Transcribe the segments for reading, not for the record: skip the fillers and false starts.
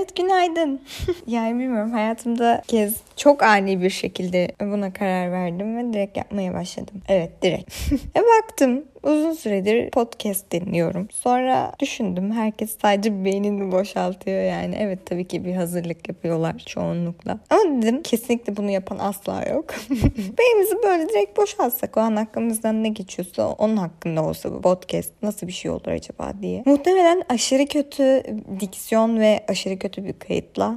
Evet, günaydın. Yani bilmiyorum, hayatımda çok ani bir şekilde buna karar verdim ve direkt yapmaya başladım. Evet, direkt. Baktım uzun süredir podcast dinliyorum. Sonra düşündüm, herkes sadece beynini boşaltıyor yani. Evet, tabii ki bir hazırlık yapıyorlar çoğunlukla. Ama dedim kesinlikle bunu yapan asla yok. Beynimizi böyle direkt boşaltsak, o an aklımızdan ne geçiyorsa onun hakkında olsa bu podcast nasıl bir şey olur acaba diye. Muhtemelen aşırı kötü diksiyon ve aşırı kötü bir kayıtla.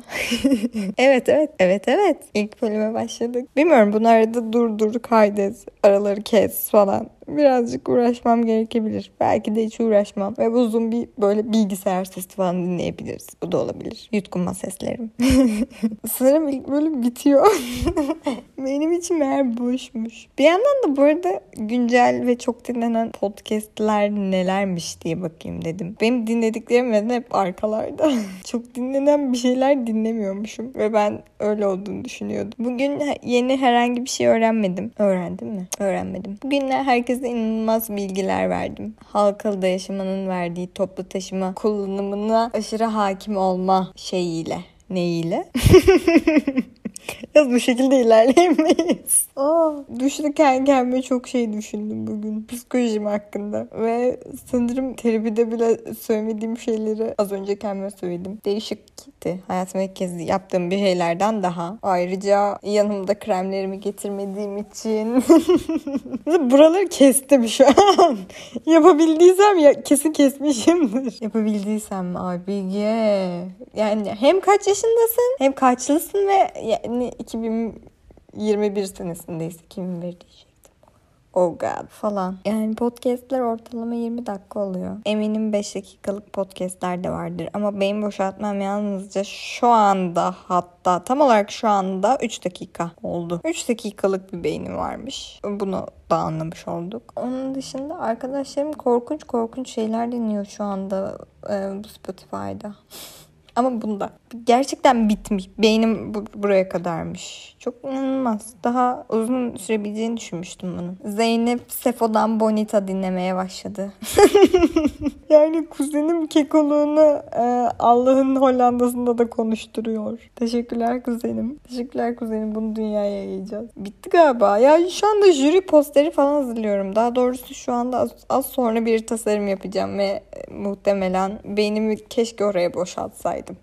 Evet. İlk bölüme başladık. Bilmiyorum, bunu arada dur kaydet, araları kes falan. Birazcık uğraşmam gerekebilir. Belki de hiç uğraşmam. Ve uzun bir böyle bilgisayar sesi falan dinleyebiliriz. Bu da olabilir. Yutkunma seslerim. Sanırım ilk bölüm bitiyor. Benim için meğer boşmuş. Bir yandan da bu arada güncel ve çok dinlenen podcastler nelermiş diye bakayım dedim. Benim dinlediklerim neden hep arkalarda. Çok dinlenen bir şeyler dinlemiyormuşum. Ve ben öyle olduğunu düşünüyordum. Bugün yeni herhangi bir şey öğrenmedim. Öğrendim mi? Öğrenmedim. Bugünler herkese inanılmaz bilgiler verdim. Halkalıda yaşamanın verdiği toplu taşıma kullanımına aşırı hakim olma şeyiyle. Neyiyle? Bu şekilde ilerleyemeyiz. Duştayken kendime çok şey düşündüm bugün. Psikolojim hakkında. Ve sanırım terapide bile söylemediğim şeyleri az önce kendime söyledim. Değişikti. Hayatımda ilk kez yaptığım bir şeylerden daha. Ayrıca yanımda kremlerimi getirmediğim için buraları kestim şu an. Yapabildiysem kesin kesmişimdir. Yapabildiysem mi? Ay Bilge. Yani hem kaç yaşındasın hem kaçlısın ve yani 2021 senesindeyiz. 2001 diyecektim. Oh God falan. Yani podcastler ortalama 20 dakika oluyor. Eminim 5 dakikalık podcastler de vardır. Ama beyin boşaltmam yalnızca şu anda, hatta tam olarak şu anda 3 dakika oldu. 3 dakikalık bir beynim varmış. Bunu da anlamış olduk. Onun dışında arkadaşlarım korkunç şeyler dinliyor şu anda bu Spotify'da. Ama bunda gerçekten bitmiş. Beynim buraya kadarmış. Çok inanılmaz. Daha uzun sürebileceğini düşünmüştüm bunun. Zeynep Sefo'dan Bonita dinlemeye başladı. Yani kuzenim kekoluğunu Allah'ın Hollanda'sında da konuşturuyor. Teşekkürler kuzenim. Bunu dünyaya yayacağız. Bitti galiba. Ya şu anda jüri posteri falan hazırlıyorum. Daha doğrusu şu anda az sonra bir tasarım yapacağım ve muhtemelen beynimi keşke oraya boşaltsaydım.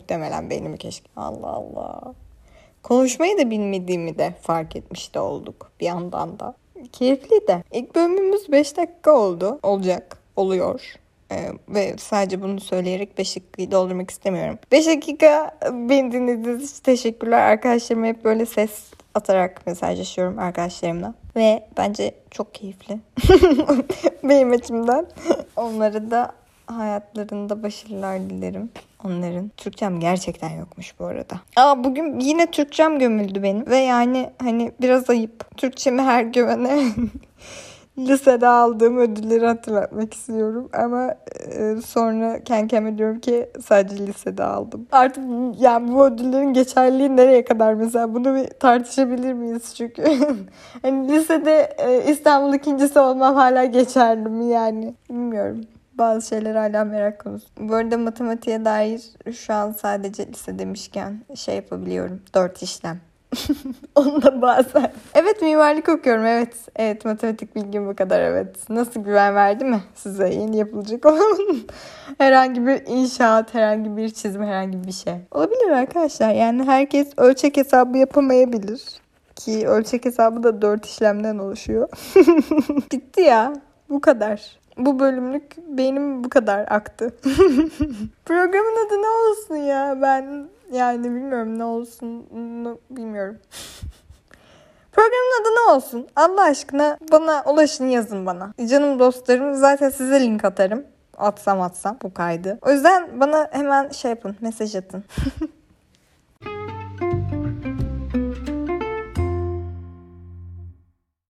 Allah Allah. Konuşmayı da bilmediğimi de fark etmiş de olduk bir yandan da. Keyifli de. İlk bölümümüz 5 dakika oluyor. Ve sadece bunu söyleyerek 5 dakikayı doldurmak istemiyorum. 5 dakika beni dinlediğiniz için teşekkürler. Arkadaşlarıma hep böyle ses atarak mesajlaşıyorum arkadaşlarımla. Ve bence çok keyifli. Benim açımdan. Onlara da hayatlarında başarılar dilerim onların. Türkçem gerçekten yokmuş bu arada. Bugün yine Türkçem gömüldü benim. Ve yani hani biraz ayıp. Türkçemi her güvene lisede aldığım ödülleri hatırlatmak istiyorum. Ama sonra kendi kendime diyorum ki sadece lisede aldım. Artık yani bu ödüllerin geçerliliği nereye kadar mesela? Bunu bir tartışabilir miyiz çünkü? Hani lisede İstanbul ikincisi olmam hala geçerli mi yani? Bilmiyorum. Bazı şeyler hala merak konusu. Bu arada matematiğe dair şu an sadece lise demişken şey yapabiliyorum. 4 işlem. Onu da bazen. Evet, mimarlık okuyorum. Evet, matematik bilgim bu kadar, evet. Nasıl güven verdi mi size yeni yapılacak olan herhangi bir inşaat, herhangi bir çizim, herhangi bir şey. Olabilir arkadaşlar. Yani herkes ölçek hesabı yapamayabilir. Ki ölçek hesabı da 4 işlemden oluşuyor. Bitti ya. Bu kadar. Bu bölümlük benim bu kadar aktı. Programın adı ne olsun ya? Ben yani bilmiyorum ne olsun. Bilmiyorum. Programın adı ne olsun? Allah aşkına bana ulaşın, yazın bana. Canım dostlarım, zaten size link atarım. Atsam bu kaydı. O yüzden bana hemen şey yapın, mesaj atın.